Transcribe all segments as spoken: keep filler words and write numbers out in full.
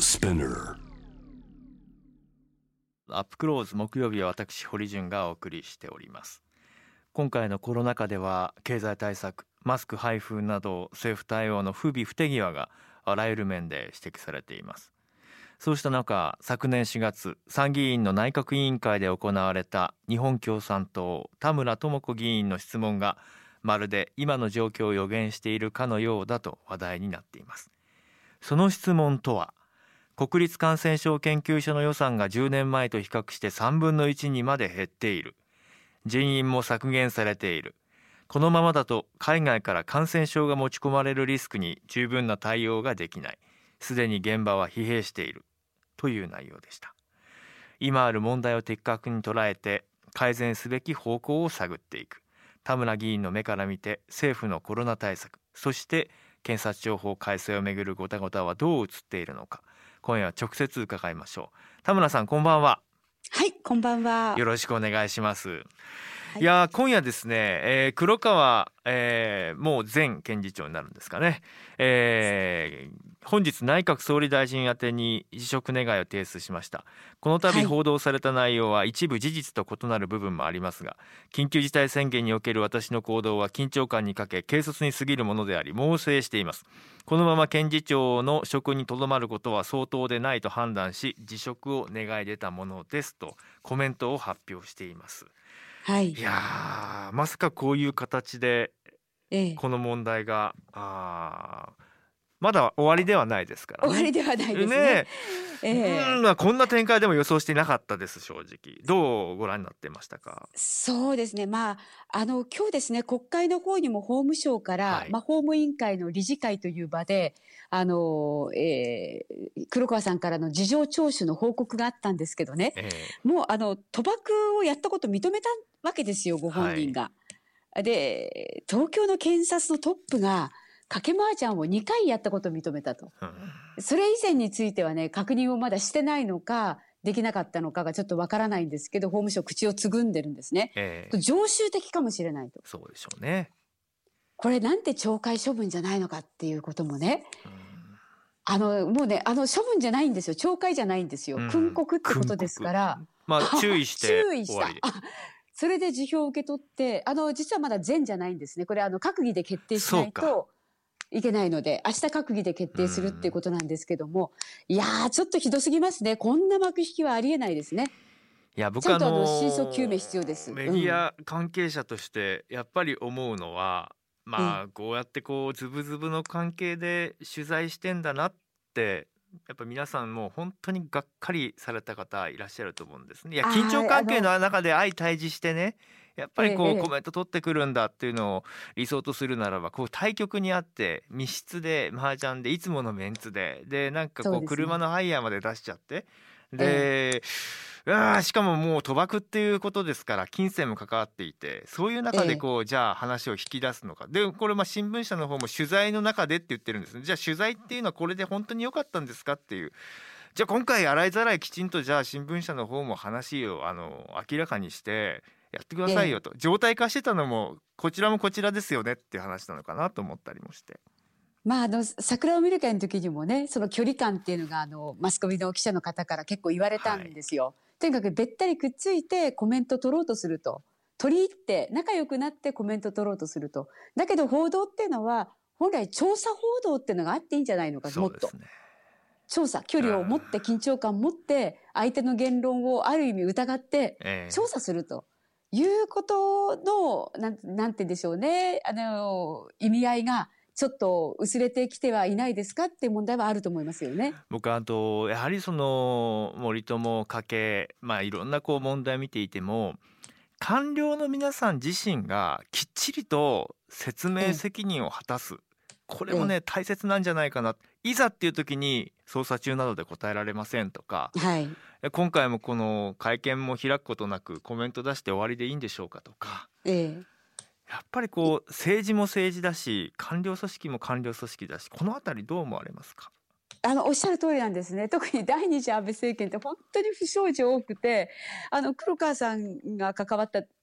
Spinner。 アップクローズ木曜日は私堀潤がお送りしております。今回のコロナ禍では経済対策、マスク配布など政府対応の不備不手際があらゆる面で指摘されています。そうした中、昨年しがつ参議院の内閣委員会で行われた日本共産党田村智子議員の質問がまるで今の状況を予言しているかのようだと話題になっています。その質問とは、国立感染症研究所の予算がじゅうねんまえと比較してさんぶんのいちにまで減っている、人員も削減されている、このままだと海外から感染症が持ち込まれるリスクに十分な対応ができない、すでに現場は疲弊しているという内容でした。今ある問題を的確に捉えて改善すべき方向を探っていく田村議員の目から見て、政府のコロナ対策、そして検察庁法改正をめぐるごたごたはどう映っているのか、今夜は直接伺いましょう。田村さん、こんばんは。 はい、こんばんは。 よろしくお願いします。 はい、 いや今夜ですね、えー、黒川、えー、もう前検事長になるんですかね、えー、本日内閣総理大臣宛てに辞職願を提出しました。この度報道された内容は一部事実と異なる部分もありますが、緊急事態宣言における私の行動は緊張感に欠け軽率に過ぎるものであり猛省しています。このまま検事長の職にとどまることは相当でないと判断し、辞職を願い出たものですとコメントを発表しています。 はい、 いやまさかこういう形でこの問題が、ええ、あまだ終わりではないですからね。 終わりではないですね。 ねええ、 うん、まあ、こんな展開でも予想していなかったです。正直どうご覧になってましたか？ そうですね、まあ、あの今日ですね、国会の方にも法務省から、はい、まあ、法務委員会の理事会という場であの、えー、黒川さんからの事情聴取の報告があったんですけどね、ええ、もうあの賭博をやったこと認めたわけですよ、ご本人が。はい、で東京の検察のトップが賭け麻雀をにかいやったことを認めたと、うん、それ以前についてはね、確認をまだしてないのかできなかったのかがちょっとわからないんですけど、法務省口をつぐんでるんですね、えー、常習的かもしれないと。 そうでしょうね。 これなんて懲戒処分じゃないのかっていうこともね、うん、あのもうね、あの処分じゃないんですよ、懲戒じゃないんですよ、うん、訓告ってことですから、 まあ、注意して注意したそれで辞表を受け取って、あの実はまだ全じゃないんですね。これあの閣議で決定しないといけないので、明日閣議で決定するっていうことなんですけども、いやーちょっとひどすぎますね。こんな幕引きはありえないですね。 いや僕ちゃんとあの真相究明必要です。 メディア関係者としてやっぱり思うのは、うん、まあこうやってこうズブズブの関係で取材してんだなって、やっぱ皆さんも本当にがっかりされた方いらっしゃると思うんですね。いや緊張関係の中で相対峙してね、やっぱりこうコメント取ってくるんだっていうのを理想とするならば、こう対局にあって密室で麻雀でいつものメンツででなんかこう車のハイヤーまで出しちゃって、であしかももう賭博っていうことですから金銭も関わっていて、そういう中でこうじゃあ話を引き出すのかで、これまあ新聞社の方も取材の中でって言ってるんですね。じゃあ取材っていうのはこれで本当に良かったんですかっていう、じゃあ今回洗いざらいきちんとじゃあ新聞社の方も話をあの明らかにしてやってくださいよと、状態化してたのもこちらもこちらですよねっていう話なのかなと思ったりもして。 まあ、あの桜を見る会の時にもね、その距離感っていうのがあのマスコミの記者の方から結構言われたんですよ、はい、とにかくべったりくっついてコメント取ろうとすると、取り入って仲良くなってコメント取ろうとすると。だけど報道っていうのは本来調査報道っていうのがあっていいんじゃないのか、もっと調査、距離を持って緊張感を持って相手の言論をある意味疑って調査するということの、なん、なんて言うんでしょうね、あの意味合いがちょっと薄れてきてはいないですかっていう問題はあると思いますよね。 僕はあとやはりその森友家系、まあいろんなこう問題を見ていても、官僚の皆さん自身がきっちりと説明責任を果たす、これもね大切なんじゃないかな。いざっていう時に捜査中などで答えられませんとか、はい、今回もこの会見も開くことなくコメント出して終わりでいいんでしょうかとか、ええ、やっぱりこう政治も政治だし官僚組織も官僚組織だし、このあたりどう思われますか？ あのおっしゃる通りなんですね。特に第二次安倍政権って本当に不祥事多くて、あの黒川さんが関わった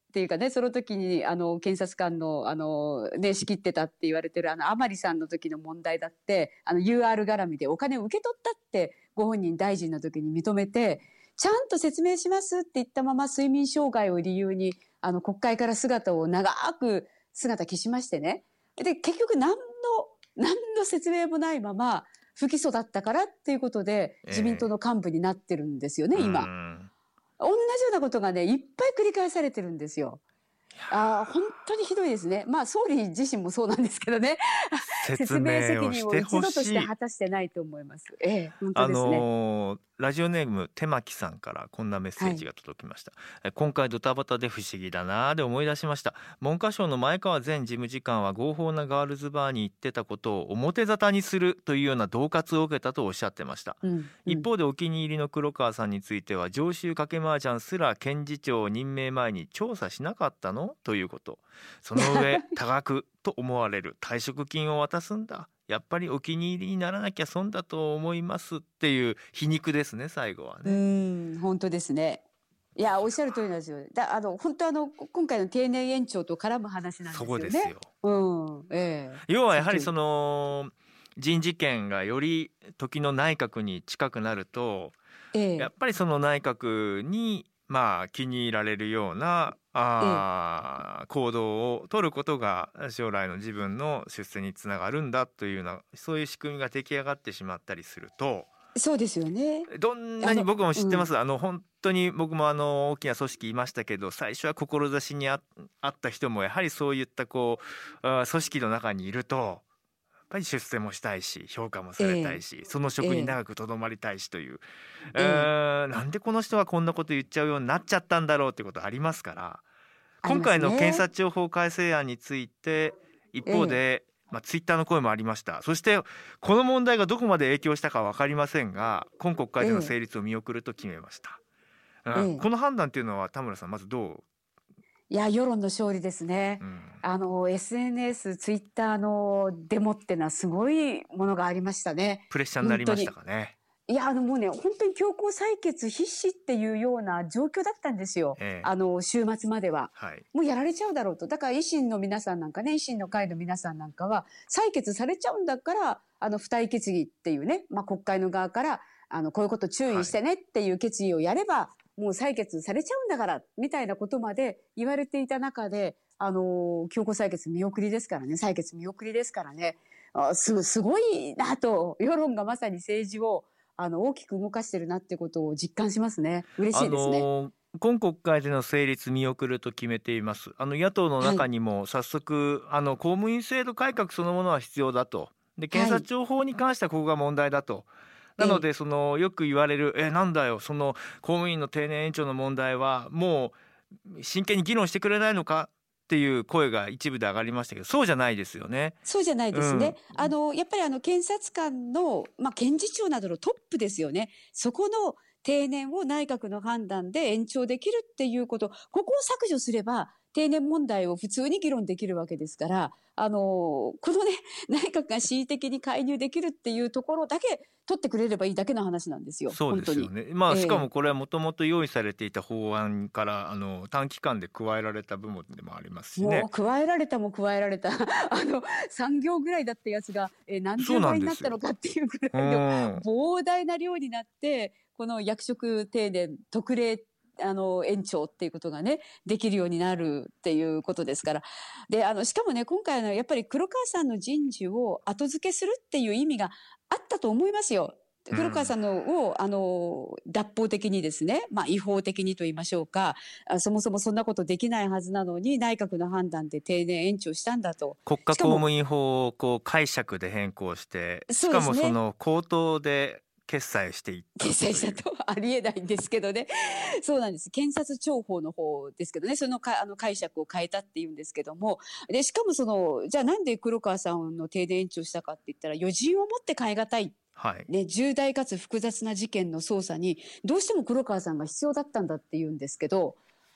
っていうかね、その時にあの検察官のあの、ね、仕切ってたって言われてるあの甘利さんの時の問題だって、あの ユーアール 絡みでお金を受け取ったってご本人大臣の時に認めて、ちゃんと説明しますって言ったまま睡眠障害を理由にあの国会から姿を長く姿消しましてね。で結局何の何の説明もないまま不起訴だったからっていうことで自民党の幹部になってるんですよね、えー、今。同じようなことがねいっぱい繰り返されてるんですよ。あ本当にひどいですね。まあ総理自身もそうなんですけどね説明責任を一度として果たしてないと思います。ええ、本当ですね。 あのー、ラジオネーム手巻さんからこんなメッセージが届きました、はい、今回ドタバタで不思議だなで思い出しました。文科省の前川前事務次官は合法なガールズバーに行ってたことを表沙汰にするというような恫喝を受けたとおっしゃってました、うんうん、一方でお気に入りの黒川さんについては常習賭け麻雀すら検事長任命前に調査しなかったのということ。その上多額と思われる退職金を渡すんだ、やっぱりお気に入りにならなきゃ損だと思いますっていう皮肉ですね、最後はね。 うん本当ですね。いやおっしゃる通りなんですよ。だあの本当あの今回の定年延長と絡む話なんですよね。 そうですよ、 うんええ、 要はやはりその人事権がより時の内閣に近くなると、ええ、やっぱりその内閣にまあ気に入られるようなあ、ええ、行動を取ることが将来の自分の出世につながるんだというようなそういう仕組みが出来上がってしまったりすると、 そうですよね。 どんなに僕も知ってます。あの、うん、あの本当に僕もあの大きな組織いましたけど、最初は志に あ, あった人もやはりそういったこう組織の中にいるとやっぱり出世もしたいし評価もされたいし、えー、その職に長くとどまりたいしという、えーえー、なんでこの人はこんなこと言っちゃうようになっちゃったんだろうってことありますから、今回の検察庁法改正案について一方で、えーまあ、ツイッターの声もありました。そしてこの問題がどこまで影響したかは分かりませんが今国会での成立を見送ると決めました、えー、この判断というのは田村さんまずどう？ いや世論の勝利ですね、うん、あの エスエヌエス ツイッターのデモってのはすごいものがありましたね。 プレッシャーになりましたかね。 いやあのもうね本当に強行採決必至っていうような状況だったんですよ、ええ、あの週末までは、はい、もうやられちゃうだろうと。だから維新の皆さんなんかね維新の会の皆さんなんかは採決されちゃうんだからあの付帯決議っていうね、まあ、国会の側からあのこういうこと注意してねっていう決議をやれば、はい、もう採決されちゃうんだからみたいなことまで言われていた中であの強行採決見送りですからね採決見送りですからねあ す, すごいなと世論がまさに政治をあの大きく動かしてるなってことを実感しますね。嬉しいですね。あの今国会での成立見送ると決めています。あの野党の中にも早速、はい、あの公務員制度改革そのものは必要だと。で検察庁法に関してはここが問題だと、はい、なのでそのよく言われるえなんだよその公務員の定年延長の問題はもう真剣に議論してくれないのかっていう声が一部で上がりましたけどそうじゃないですよね。 そうじゃないですね、うん、あのやっぱりあの検察官の、まあ、検事長などのトップですよね。そこの定年を内閣の判断で延長できるっていうことここを削除すれば定年問題を普通に議論できるわけですからあのこのね内閣が恣意的に介入できるっていうところだけ取ってくれればいいだけの話なんですよ。 そうですよね。まあ、しかもこれはもともと用意されていた法案からあの短期間で加えられた部分でもありますしね。 もう加えられたも加えられたあのさん行ぐらいだったやつが、えー、何十倍になったのかっていうぐらいの膨大な量になってこの役職定年特例あの延長っていうことがねできるようになるっていうことですから。であのしかもね今回のやっぱり黒川さんの人事を後付けするっていう意味があったと思いますよ。黒川さんのを、うん、あの脱法的にですね、まあ、違法的にと言いましょうかそもそもそんなことできないはずなのに内閣の判断で定年延長したんだと。 国家公務員法をこう解釈で変更してしかもその口頭で決裁していった決裁したとありえないんですけどねそうなんです。検察庁法の方ですけどねそのかあの解釈を変えたっていうんですけどもでしかもそのじゃあなんで黒川さんの定年延長したかって言ったら余人をもって変え難い、はいね、重大かつ複雑な事件の捜査にどうしても黒川さんが必要だったんだっていうんですけど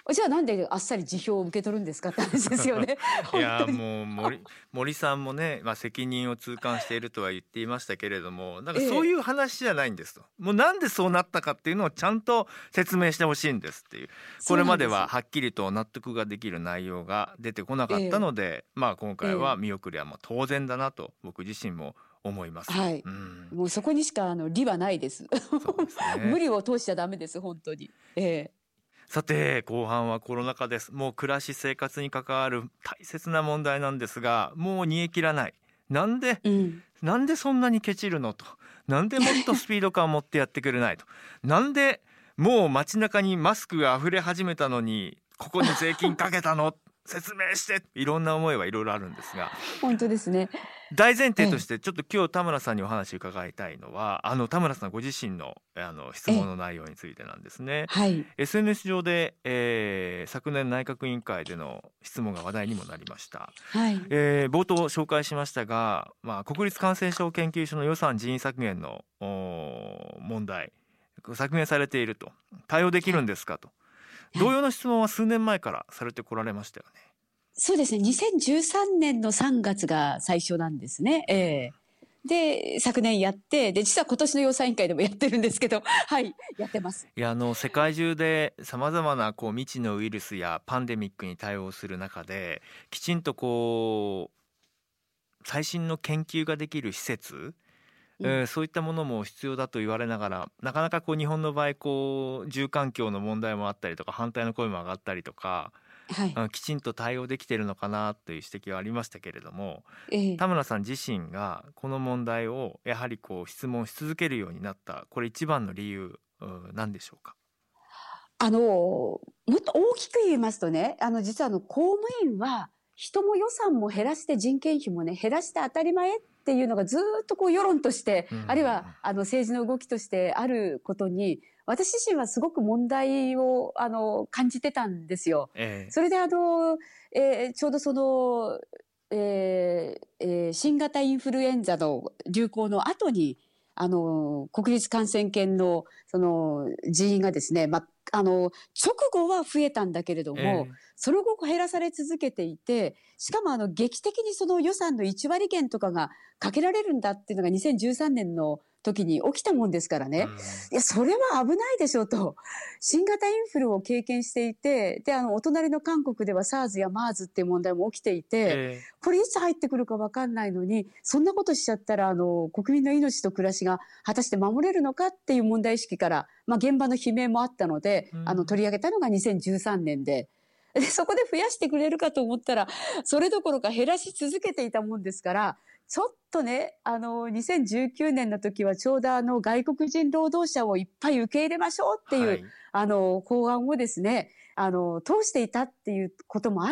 じゃあなんであっさり辞表を受け取るんですかって話ですよね。 いや本当に。 もう森森さんもね、まあ、責任を痛感しているとは言っていましたけれども、なんかそういええ、 う話じゃないんですと。もうなんでそうなったかっていうのをちゃんと説明してほしいんですっていう。こそうれまなんです。 でははっきりと納得ができる内容が出てこなかったええ、 ので、まあ今え回はえ、 見送りはもう当然だなと僕自身も思います。 はい。 うん、 もうそこにしかあの利はないです。 そうですね。 無理を通しちゃダメです、本当に。ええ、 さて後半はコロナ禍です。もう暮らし生活に関わる大切な問題なんですが、もう煮え切らない。なんでうん。 なんでそんなにケチるのと、なんでもっとスピード感を持ってやってくれないと、なんでもう街中にマスクが溢れ始めたのにここに税金かけたの説明して、いろんな思いはいろいろあるんですが、 本当ですね。 大前提としええ、 てちょっと今日田村さんにお話伺いたいのは、あの田村さんご自身のあの質ええ、 問の内容についてなんですね。 はい、 エスエヌエス 上で、えー昨年内閣委員会での質問が話題にもなりました。 はい、 えー冒頭紹介しましたが、まあ、国立感染症研究所の予算人員削減のおー問題、削減されていると、対応できはい、 るんですかと、 はい。 同様の質問は数年前からされてこられましたよね。 そうですね、にせんじゅうさんねんのさんがつが最初なんですね。ええ。で、昨年やって、で、実は今年の予算委員会でもやってるんですけど、はい、やってます。 いやあの世界中でさまざまなこう未知のウイルスやパンデミックに対応する中で、きちんとこう最新の研究ができる施設、 うん。 えーそういったものも必要だと言われながら、なかなかこう日本の場合こう住環境の問題もあったりとか、反対の声も上がったりとか、 はい。 あきちんと対応できているのかなという指摘はありましたけれども、 ええ。 田村さん自身がこの問題をやはりこう質問し続けるようになった、これ一番の理由、うん何でしょうか。 あの、もっと大きく言いますとね、あの、実はあの、公務員は、人も予算も減らして人件費もね、減らして当たり前っていうのがずっとこう世論として、 うんうんうんあるいはあの政治の動きとしてあることに、私自身はすごく問題をあの感じてたんですよ。 えそれであの、えーちょうどその、えーえー新型インフルエンザの流行の後に、あの、国立感染研のその人員がですね、まあ、あの、直後は増えたんだけれども、 ええその後減らされ続けていて、しかもあの劇的にその予算のいち割減とかがかけられるんだっていうのがにせんじゅうさんねんの時に起きたもんですからね。 うんいや、それは危ないでしょうと。新型インフルを経験していて、で、あの、お隣の韓国では SARS や MERS っていう問題も起きていて、 えこれいつ入ってくるか分かんないのに、そんなことしちゃったら、あの、国民の命と暮らしが果たして守れるのかっていう問題意識から、まあ、現場の悲鳴もあったので、 えうんあの、取り上げたのがにせんじゅうさんねんで、で、そこで増やしてくれるかと思ったら、それどころか減らし続けていたもんですから、ちょっとね、あの、にせんじゅうきゅうねんの時はちょうどあの、外国人労働者をいっぱい受け入れましょうっていう、 はい。 あの、法案をですね、あの、通していたっていうこともあって、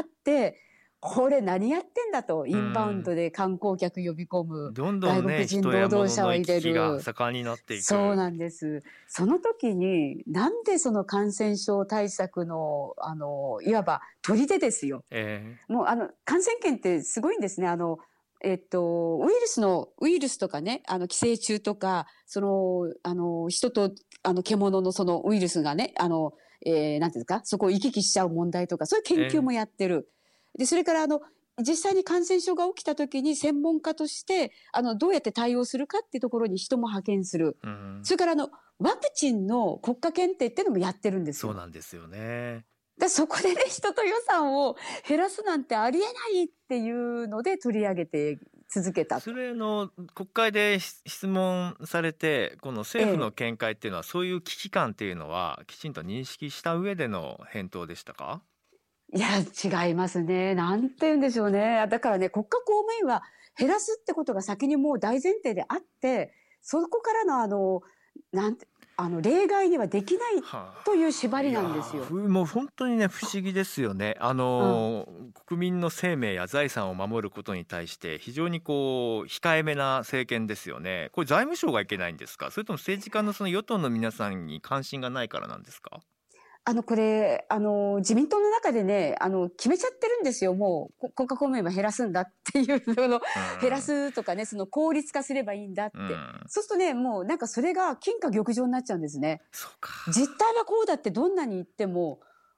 これ何やってんだと、 うインバウンドんで観光客呼び込む、 どんどん外国ね人人労働や物の者を入れ行き来がる。 盛んになっていく。 そうなんです。その時に、なんでその感染症対策の、あの、いわば砦ですよ。 えもうあの、感染研ってすごいんですね。あの、えっと、ウイルスの、ウイルスとかね、あの、寄生虫とか、その、あの、人と、あの、獣のそのウイルスがね、あの、えー、なんていうんですか、そこを行き来しちゃう問題とか、そういう研究もええやってる。で、それからあの、実際に感染症が起きた時に専門家として、あの、どうやって対応するかっていうところに人も派遣する。 えうんそれからあの、ワクチンの国家検定っていうのもやってるんですそうよ。 なんですよね。 で、そこでね、人と予算を減らすなんてありえないっていうので取り上げて続けたと。 それの国会でし質問されて、この政府のええ。 見解っていうのはそういう危機感っていうのはきちんと認識した上での返答でしたか。 いや、違いますね。なんて言うんでしょうね。だからね、国家公務員は減らすってことが先にもう大前提であって、そこからのあの、なんて、あの、例外にはできないはというあ、 縛りいやなんですよ。 ーふもう本当にね不思議ですよね。あうん。 のー国民の生命や財産を守ることに対して非常にこう控えめな政権ですよね。これ財務省がいけないんですか、それとも政治家のその与党の皆さんに関心がないからなんですか。 あの、これ、あの、自民党の中でね、あの、決めちゃってるんですよ。もう、こ国家公務員は減らすんだっていうのの、 う減らんすとかね、その効率化すればいいんだっうて。 んそうするとね、もうなんかそれが金貨玉状になっちゃうんですね。 そうか。 実態はこうだってどんなに言っても、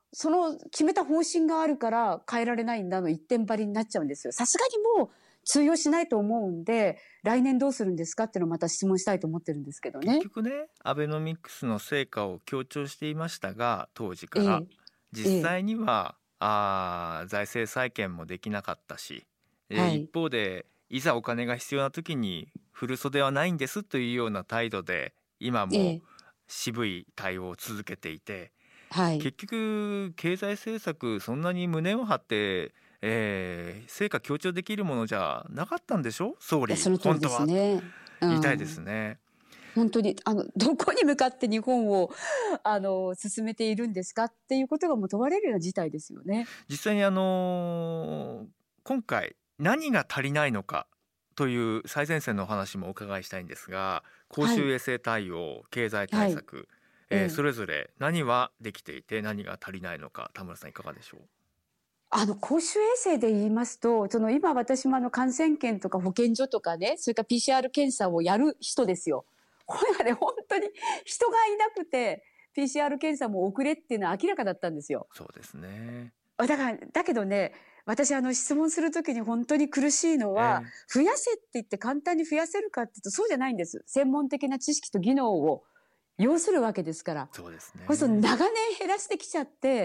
その決めた方針があるから変えられないんだの一点張りになっちゃうんですよ。さすがにもう通用しないと思うんで、来年どうするんですかっていうのをまた質問したいと思ってるんですけどね。 結局ね、アベノミクスの成果を強調していましたが、当時から、 ええ、 実際には、ええ、あ財政再建もできなかったし、 はい、 一方でいざお金が必要な時に振袖はないんですというような態度で今もええ、 渋い対応を続けていて、 はい。 結局経済政策そんなに胸を張って、えー成果強調できるものじゃなかったんでしょ総いや、 理、 その通りで本当はとすね。う言いたいですん。 ね。 本当に、あの、どこに向かって日本を、あの、進めているんですかっていうことがもう問われるような事態ですよね。 実際にあのー今回何が足りないのかという最前線のお話もお伺いしたいんですが、公はい、 衆衛生対応、経済はい、 対策、えーええ。 それぞれ何はできていて何が足りないのか、田村さんいかがでしょう。 あの、公衆衛生で言いますと、その今私もあの感染研とか保健所とかね、それから ピーシーアール 検査をやる人ですよ。これがね、本当に人がいなくて、ピーシーアール 検査も遅れっていうのは明らかだったんですよ。 そうですね。 だから、だけどね、私あの質問するときに本当に苦しいのは、 え増やせって言って簡単に増やせるかっていうとそうじゃないんです。専門的な知識と技能を要するわけですから。 ーそうですこれそのね。 長年減らしてきちゃって、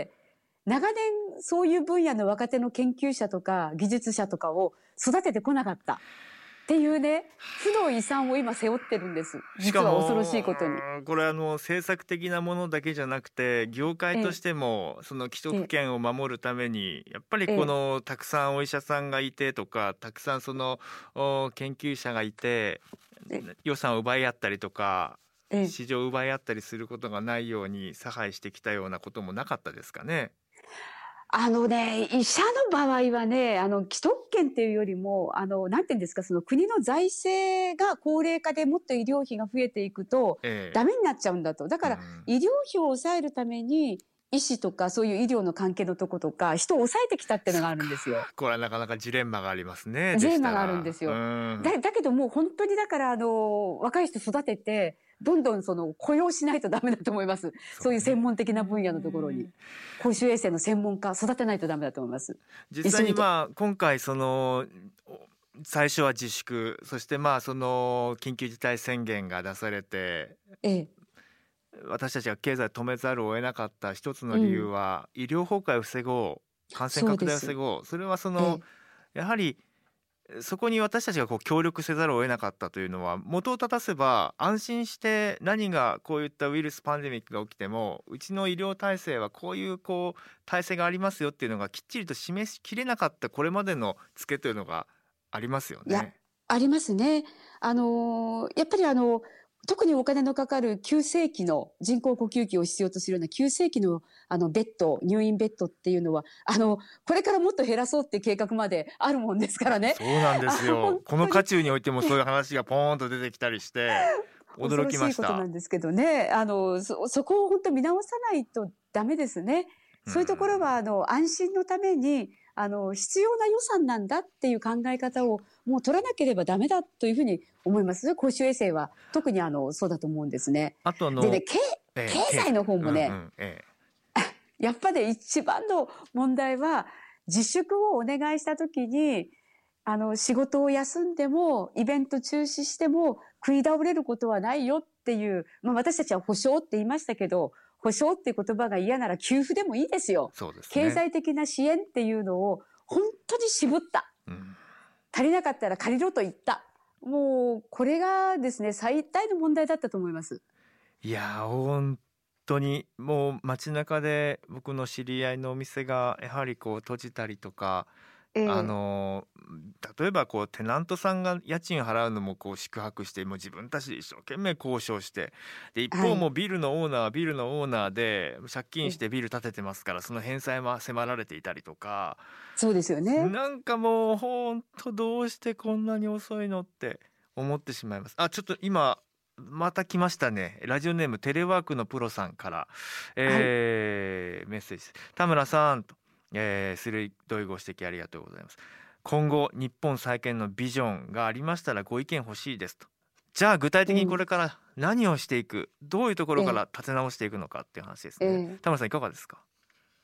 長年そういう分野の若手の研究者とか技術者とかを育ててこなかったっていうね、負の遺産を今背負ってるんです。 しか実は恐ろしもいことに。 これあの政策的なものだけじゃなくて業界としええ、 てもその既ええ、 得権を守るためにやっぱりこええ、 のたくさんお医者さんがいてとかたくさんそのお研究者がいてえ予算を奪い合ったりとかえ。 市場を奪い合ったりすることがないように差配してきたようなこともなかったですかね。 あのね、医者の場合はね、あの、既得権っていうよりも、あの、なんていうんですか、その国の財政が高齢化でもっと医療費が増えていくと、 えダメになっちゃうんだと。だえ、 から、 うん、 医療費を抑えるために、医師とかそういう医療の関係のとことか、人を抑えてきたっていうのがあるんそっか、 ですよ。 これはなかなかジレンマがありますね。でしたジレンマがあるんでら、うすよ。 ん、 だ、だけどもう本当にだから、あの、若い人育てて、どんどんその雇用しないとダメだと思います。そういうそうね。 専門的な分野のところに。公衆衛生の専門家育てないとダメだと思います。 実際に急いで。 まあ今回そのお最初は自粛、そしてまあその緊急事態宣言が出されてええ。 私たちが経済を止めざるを得なかった一つの理由うん。 は医療崩壊を防ごう、感染拡大を防そうです。 ごう、それはそのええ。 やはりそこに私たちがこう協力せざるを得なかったというのは元を正たせば安心して何がこういったウイルスパンデミックが起きてもうちの医療体制はこういうこう体制がありますよっていうのがきっちりと示しきれなかったこれまでのツケというのがありますよいや、 ね。 ありますね。あの、やっぱりあの、特にお金のかかる急性期の人工呼吸器を必要とするような急性期のあのベッド、入院ベッドっていうのは、あの、これからもっと減らそうっていう計画まであるもんですからね。 そうなんであの、 すよ。 本当にこの渦中においてもそういう話がポーンと出てきたりして驚恐ろしきました。 いことなんですけどね。あの、そ、そこを本当見直さないとダメですね。 うそういうところは、あん、 の、安心のために、あの、必要な予算なんだっていう考え方をもう取らなければダメだというふうに思います。公衆衛生は特にあの、そうだと思うんですね。でね、 あとあの、 経、経ええ、経済、 済の方うんうもね、 ん、えやっぱり一番の問題は、自粛をお願いしたときに、あの、仕事を休んでも、イベント中止しても、食い倒れることはないよっていう、まあ私たちは保証って言いましたけど、保証っていう言葉が嫌なら給付でもいいですよ。 え、そうです経ね。 済的な支援っていうのを本当に絞った。 うん、 足りなかったら借りろと言った。もう、これがですね、最大の問題だったと思います。 いやー本当にもう街中で僕の知り合いのお店がやはりこう閉じたりとか、あええ、 のー例えばこうテナントさんが家賃払うのもこう宿泊してもう自分たちで一生懸命交渉して、で一はい。 方もうビルのオーナーはビルのオーナーで借金しえ、 てビル建ててますからその返済も迫られていたりとか、 そうですよね。 なんかもう本当どうしてこんなに遅いのって思ってしまいます。あ、ちょっと今また来ましたね。ラジオネームテレワークのプロさんから、 はい。 えーメッセージです。田村さんと、えー、鋭いご指摘ありがとうございます。今後日本再建のビジョンがありましたらご意見欲しいですと。じゃあ具体的にこうん。 れから何をしていく、どういうところかええ、 ら立て直していくのかっていう話ですね。 ええ。 田村さんいかがですか。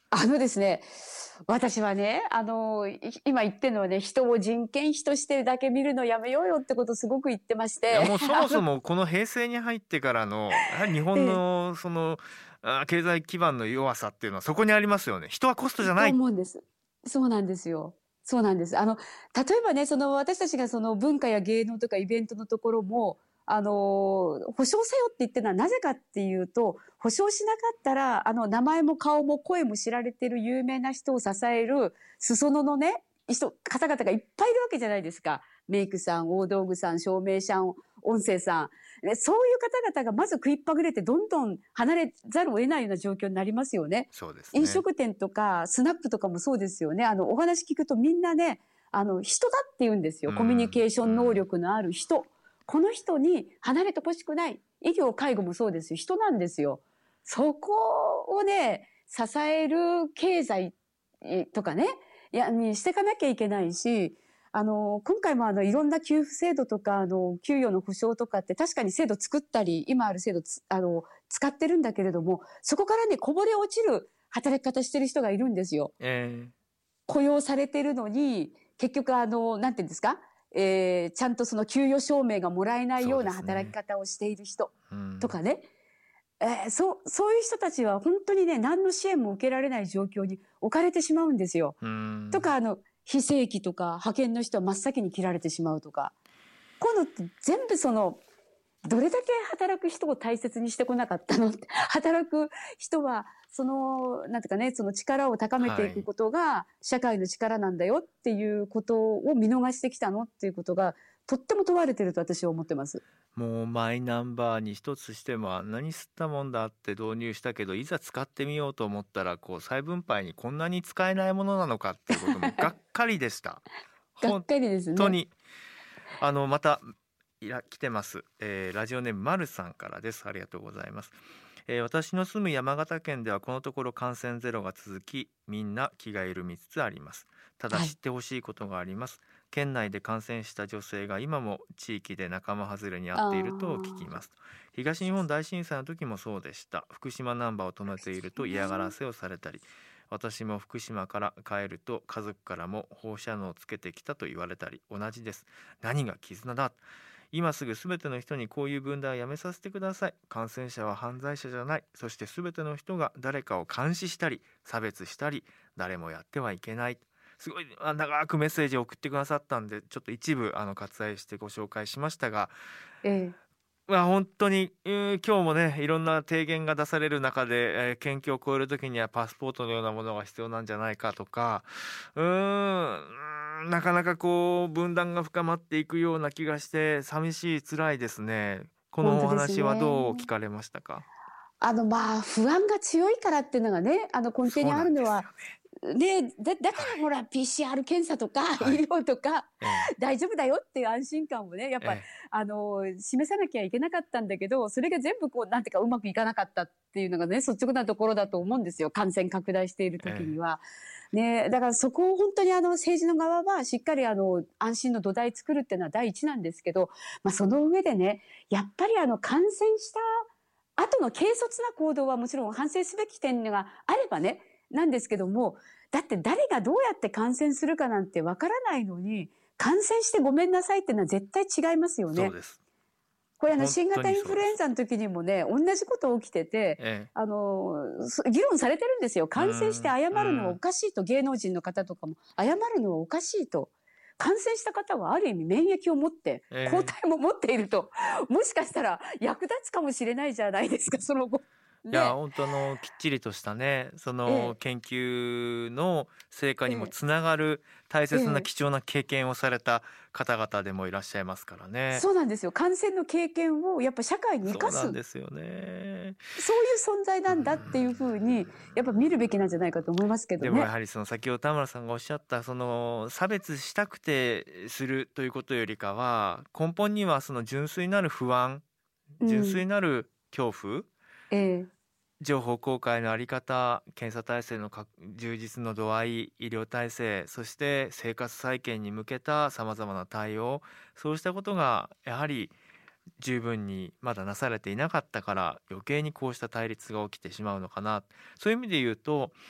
あのですね、私はね、あの、い今言ってるのはね、人を人件費としてだけ見るのやめようよってことをすごく言ってましいや、 て、 もうそあの、 もそもこの平成に入ってからの、やはり日本ええ、 のその、あ、経済基盤の弱さっていうのはそこにありますよね。人はコストじゃなとい。 思うんです。そうなんですよ。そうなんです。あの、例えばね、その私たちがその文化や芸能とかイベントのところも、あの、保証せよって言ってるのはなぜかっていうと、保証しなかったら、あの、名前も顔も声も知られてる有名な人を支える裾野のね、人、方々がいっぱいいるわけじゃないですか。メイクさん、大道具さん、照明さん、音声さん。ね、そういう方々がまず食いっぱぐれてどんどん離れざるを得ないような状況になりますよね。 そうです飲ね。 食店とかスナックとかもそうですよね。あの、お話聞くとみんなね、あの、人だって言うんですよ。 うコミュニケーション能んうん。 力のある人。この人に離れてほしくない。医療、介護もそうですよ。人なんですよ。そこをね、支える経済えとかね、いや、にしていかなきゃいけないし、あの、今回もあの、いろんな給付制度とか、あの、給与の保障とかって確かに制度作ったり、今ある制度つ、あの、使ってるんだけれども、そこからね、こぼれ落ちる働き方してる人がいるんですよ。 ええ、 雇用されてるのに、結局あの、なんていうんですか、えー、ちゃんとその給与証明がもらえないそうようなですね。 働き方をしている人うん。 とかね、えー、そう、そういう人たちは本当にね、何の支援も受けられない状況に置かれてしまうんですよ。 うとか、 ん。 あの、非正規とか派遣の人は真っ先に切られてしまうとか。こういうのって全部その、どれだけ働く人を大切にしてこなかったのって。働く人は、その、なんていうかね、その力を高めてはい。 いくことが社会の力なんだよっていうことを見逃してきたのっていうことが、とっても問われてると私は思ってます。 もうマイナンバーに一つしてもあんなに吸ったもんだって導入したけど、いざ使ってみようと思ったらこう再分配にこんなに使えないものなのかっていうこともがっかりでした。本がっかりですね。 当に。あのまたいら来てます、えーラジオネームまるさんからです。ありがとうございます。えー私の住む山形県ではこのところ感染ゼロが続き、みんな気が緩みつつあります。ただはい。 知ってほしいことがあります。県内で感染した女性が今も地域で仲間外れに遭っていると聞きあます。東日本大震災の時もそうでした。福島ナンバーを止めていると嫌がらせをされたり、私も福島から帰ると家族からも放射能をつけてきたと言われたり、同じです。何が絆だ。今すぐすべての人にこういう分断をやめさせてください。感染者は犯罪者じゃない。そしてすべての人が誰かを監視したり差別したり、誰もやってはいけない。すごいあ長くメッセージを送ってくださったんで、ちょっと一部あの割愛してご紹介しましたが、 ー、ええ、 まあ、本当に、えー今日もねいろんな提言が出される中で、えー県境を越える時にはパスポートのようなものが必要なんじゃないかとか、うーんうーんなかなかこう分断が深まっていくような気がして寂しい、辛いですね。このお本当です話はどう聞ね。 かれましたか？ あの、まあ、不安が強いからっていうのがね、あの、根底にそうなんあるのは、 ですよね。 で、だだかはい。 らほら、ピーシーアール 検査とか医はい。 療とかええ大丈夫だよっていう安心感をね、やっぱ、 ええあの、示さなきゃいけなかったんだけど、それが全部こう、なんていうか、うまくいかなかったっていうのがね、率直なところだと思うんですよ。感染拡大している時にえは。ね、だからそこを本当にあの、政治の側はしっかりあの、安心の土台作るっていうのは第一なんですけど、まあ、その上でね、やっぱりあの、感染した後の軽率な行動はもちろん反省すべき点があればね、なんですけども、だって誰がどうやって感染するかなんてわからないのに、感染してごめんなさいっていうのは絶対違いますよね。 そうです。 これあの本当新型インにそうです。 フルエンザの時にもね、同じこと起きてて、 ええあの、議論されてるんですよ。 う感染してん謝るのはおうんかしいと、芸能人の方とかも謝るのはおかしいと。感染した方はある意味免疫を持って、抗ええ体も持っていると、もしかしたら役立つかもしれないじゃないですか、その後。 いや、 ね。 本当あの、きっちりとしたね、そええ、 の研究の成果ええ、 にもつながる大え切なえ。 貴重な経験をされた方々でもいらっしゃいますからね。 そうなんですよ。感染の経験をやっぱ社会に生そうかす、 なんですよね。 そういう存在うなんだっていうふうに、 ん。 やっぱ見るべきなんじゃないかと思いますけどね。 でもやはりその先ほど田村さんがおっしゃったその差別したくてするということよりかは、根本にはその純粋なる不安、純うん。 粋なる恐怖、 ええ、 情報公開のあり方、検査体制のか充実の度合い、医療体制、そして生活再建に向けたさまざまな対応、そうしたことがやはり十分にまだなされていなかったから余計にこうした対立が起きてしまうのかな。そういう意味で言うと、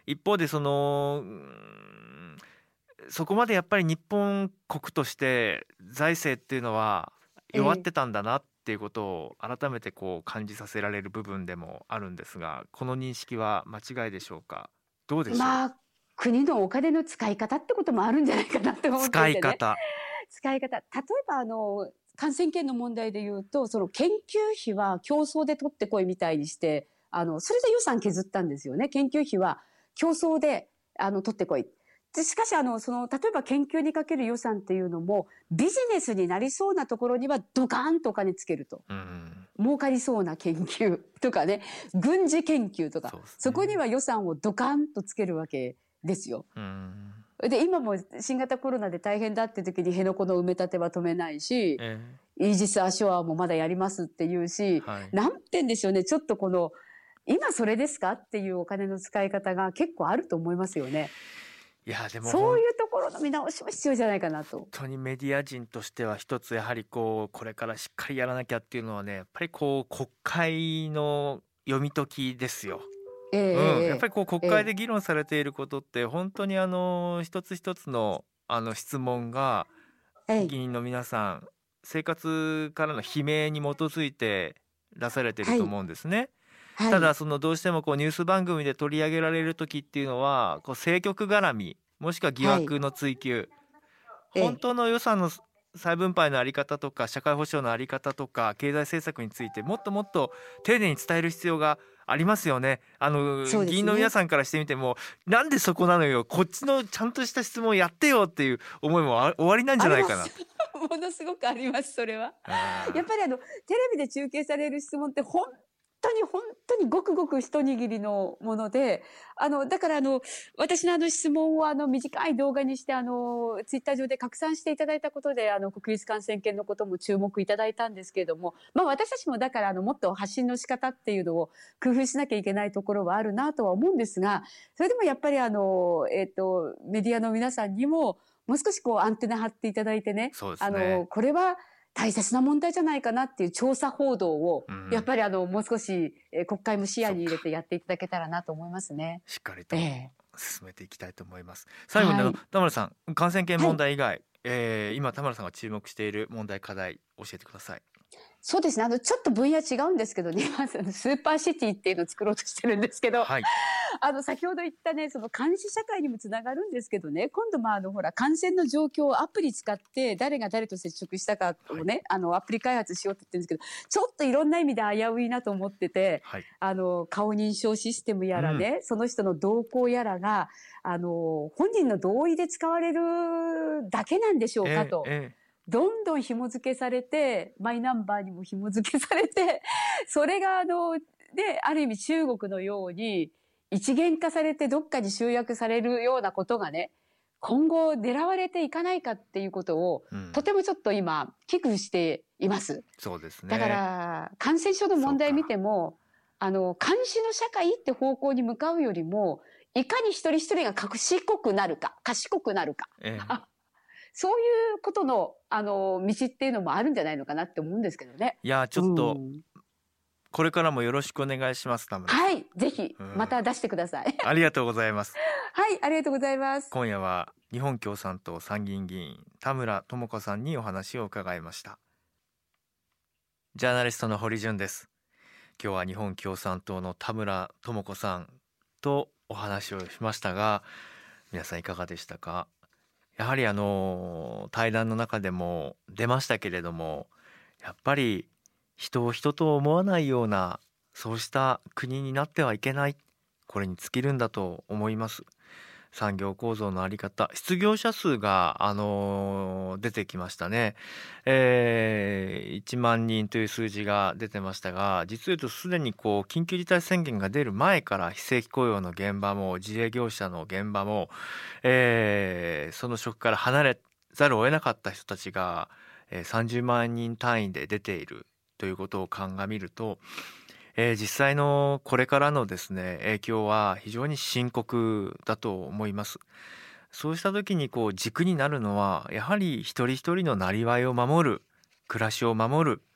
一方でそのうんそこまでやっぱり日本国として財政っていうのは弱ってたんだなっていうことを改めてこう感じさせられる部分でもあるんですが、この認識は間違いでしょうか？どうでしょう？ まあ国のお金の使い方ってこともあるんじゃないかなって思っていてね。 使い方。 使い方。例えばあの感染研の問題で言うと、その研究費は競争で取ってこいみたいにして、あのそれで予算削ったんですよね。研究費は競争であの取ってこい。でしかしあのその例えば研究にかける予算っていうのもビジネスになりそうなところにはドカーンとお金つけると。 うん儲かりそうな研究とかね、軍事研究とか、 そうですね。 そこには予算をドカンとつけるわけですよ。 うんで今も新型コロナで大変だって時に辺野古の埋め立ては止めないし、 えイージス・アショアもまだやりますっていうし、 ーはいなんて言うんでしょうね、ちょっとこの今それですかっていうお金の使い方が結構あると思いますよね。 いやでもそういうところの見直しも必要じゃないかなと。 本当にメディア人としては一つやはりこうこれからしっかりやらなきゃっていうのはね、やっぱりこう国会の読み解きですよ。 ええうん、 ええやっぱりこう国会で議論されていることって本当にあの一つ一つのあの質問がええ議員の皆さん生活からの悲鳴に基づいて出されていると思うんですね。 はいただそのどうしてもこうニュース番組で取り上げられる時っていうのはこう政局絡みもしくは疑惑の追及、 ええ本当の予算の再分配のあり方とか社会保障のあり方とか経済政策についてもっともっと丁寧に伝える必要がありますよね。あのそうですね議員の皆さんからしてみてもなんでそこなのよ、こっちのちゃんとした質問やってよっていう思いもあ終わりなんじゃないかな。 ありますものすごくあります、それは。 あーやっぱりあのテレビで中継される質問って本当に本当にごくごく一握りのもので、あのだからあの私のあの質問をあの短い動画にしてあのツイッター上で拡散していただいたことで、あの国立感染研のことも注目いただいたんですけれども、まあ私たちもだからあのもっと発信の仕方っていうのを工夫しなきゃいけないところはあるなとは思うんですが、それでもやっぱりあのえっとメディアの皆さんにももう少しこうアンテナ張っていただいてね、 そうですあのね。 これは大切な問題じゃないかなっていう調査報道を、 うんやっぱりあのもう少し、えー国会も視野に入れてやっていただけたらなと思いますね。 しっかりとえ進めていきたいと思います。最後にあの、 はい田村さん感染研問題以外、えー今田村さんが注目している問題課題教えてください。 そうですね。あのちょっと分野違うんですけどね、今そのスーパーシティっていうのを作ろうとしてるんですけど、 はい。 あの先ほど言ったね、その監視社会にもつながるんですけどね、今度まああのほら感染の状況をアプリ使って誰が誰と接触したかをね、あのアプリ開発しようって言ってるんですけど、ちょっといろんな意味で危ういなと思ってて、 はい。 あの顔認証システムやらね、その人の動向やらがあの本人の同意で使われるだけなんでしょうかと。 えーえどんどん紐付けされて、マイナンバーにも紐付けされて、それがあの、で、ある意味中国のように一元化されてどっかに集約されるようなことがね、今後狙われていかないかっていうことを、 ーうんとてもちょっと今危惧しています。 そうですね。 だから感染症の問題見ても、あの監視の社会って方向に向かうよりも、いかに一人一人が賢くなるか、賢くなるか。 えーそういうことの、あの、道っていうのもあるんじゃないのかなって思うんですけどね。 いやちょっとうんこれからもよろしくお願いします田村さん。 はい、ぜひうんまた出してください。 ありがとうございます。 はい、ありがとうございます。 今夜は日本共産党参議院議員田村智子さんにお話を伺いました。ジャーナリストの堀潤です。今日は日本共産党の田村智子さんとお話をしましたが、皆さんいかがでしたか？やはりあの対談の中でも出ましたけれども、やっぱり人を人と思わないようなそうした国になってはいけない、これに尽きるんだと思います。産業構造のあり方、失業者数が、あのー出てきましたね、えーいちまんにんという数字が出てましたが、実を言うとすでにこう緊急事態宣言が出る前から非正規雇用の現場も自営業者の現場も、えーその職から離れざるを得なかった人たちが、えーさんじゅうまんにん単位で出ているということを鑑みると、えー実際のこれからのですね影響は非常に深刻だと思います。そうした時にこう軸になるのはやはり一人一人のなりわいを守る、暮らしを守る、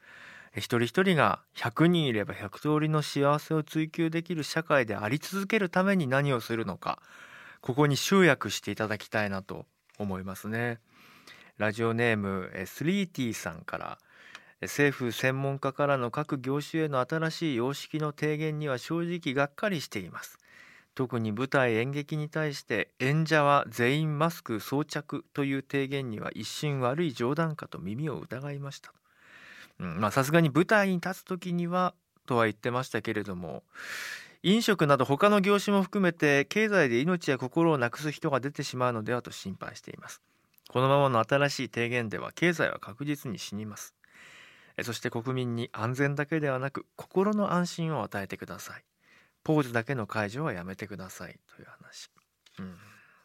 一人一人がひゃくにんいればひゃく通りの幸せを追求できる社会であり続けるために何をするのか、ここに集約していただきたいなと思いますね。ラジオネームスリーティーさんから、政府専門家からの各業種への新しい様式の提言には正直がっかりしています。特に舞台演劇に対して演者は全員マスク装着という提言には一瞬悪い冗談かと耳を疑いました。うん、まあさすがに舞台に立つ時にはとは言ってましたけれども、飲食など他の業種も含めて経済で命や心をなくす人が出てしまうのではと心配しています。このままの新しい提言では経済は確実に死にます。そして国民に安全だけではなく心の安心を与えてください。ポーズだけの解除はやめてくださいという話、うん、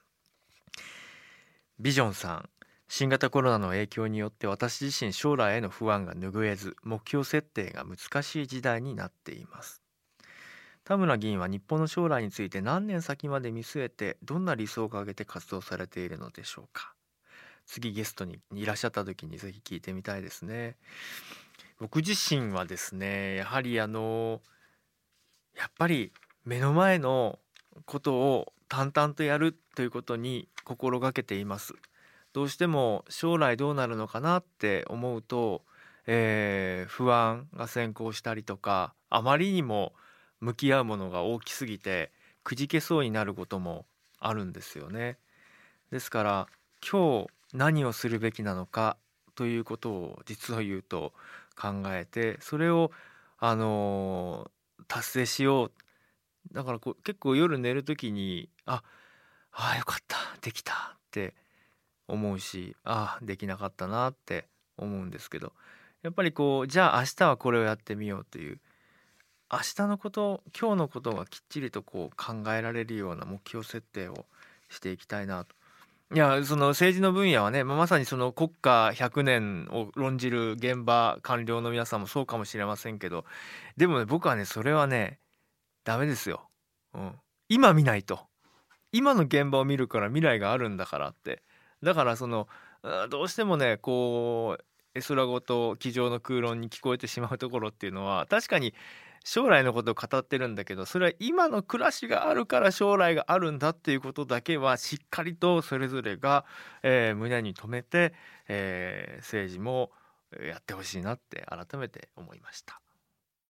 ビジョンさん、新型コロナの影響によって私自身将来への不安が拭えず、目標設定が難しい時代になっています。田村議員は日本の将来について何年先まで見据えてどんな理想を掲げて活動されているのでしょうか。次ゲストにいらっしゃった時にぜひ聞いてみたいですね。僕自身はですね、やはりあのやっぱり目の前のことを淡々とやるということに心がけています。どうしても将来どうなるのかなって思うと、えー不安が先行したりとか、あまりにも向き合うものが大きすぎてくじけそうになることもあるんですよね。ですから今日何をするべきなのかということを実を言うと考えて、それをあのー達成しよう。だからこう結構夜寝るときにああーよかったできたって思うし、ああできなかったなって思うんですけど、やっぱりこうじゃあ明日はこれをやってみようという、明日のこと、今日のことがきっちりとこう考えられるような目標設定をしていきたいなと。いやその政治の分野はね、まあまさにその国家ひゃくねんを論じる現場官僚の皆さんもそうかもしれませんけど、でもね僕はねそれはねダメですよ、うん、今見ないと、今の現場を見るから未来があるんだからって。だからそのあどうしてもねこう絵空事机上の空論に聞こえてしまうところっていうのは、確かに将来のことを語ってるんだけど、それは今の暮らしがあるから将来があるんだっていうことだけはしっかりとそれぞれが、えー胸に留めて、えー政治もやってほしいなって改めて思いました。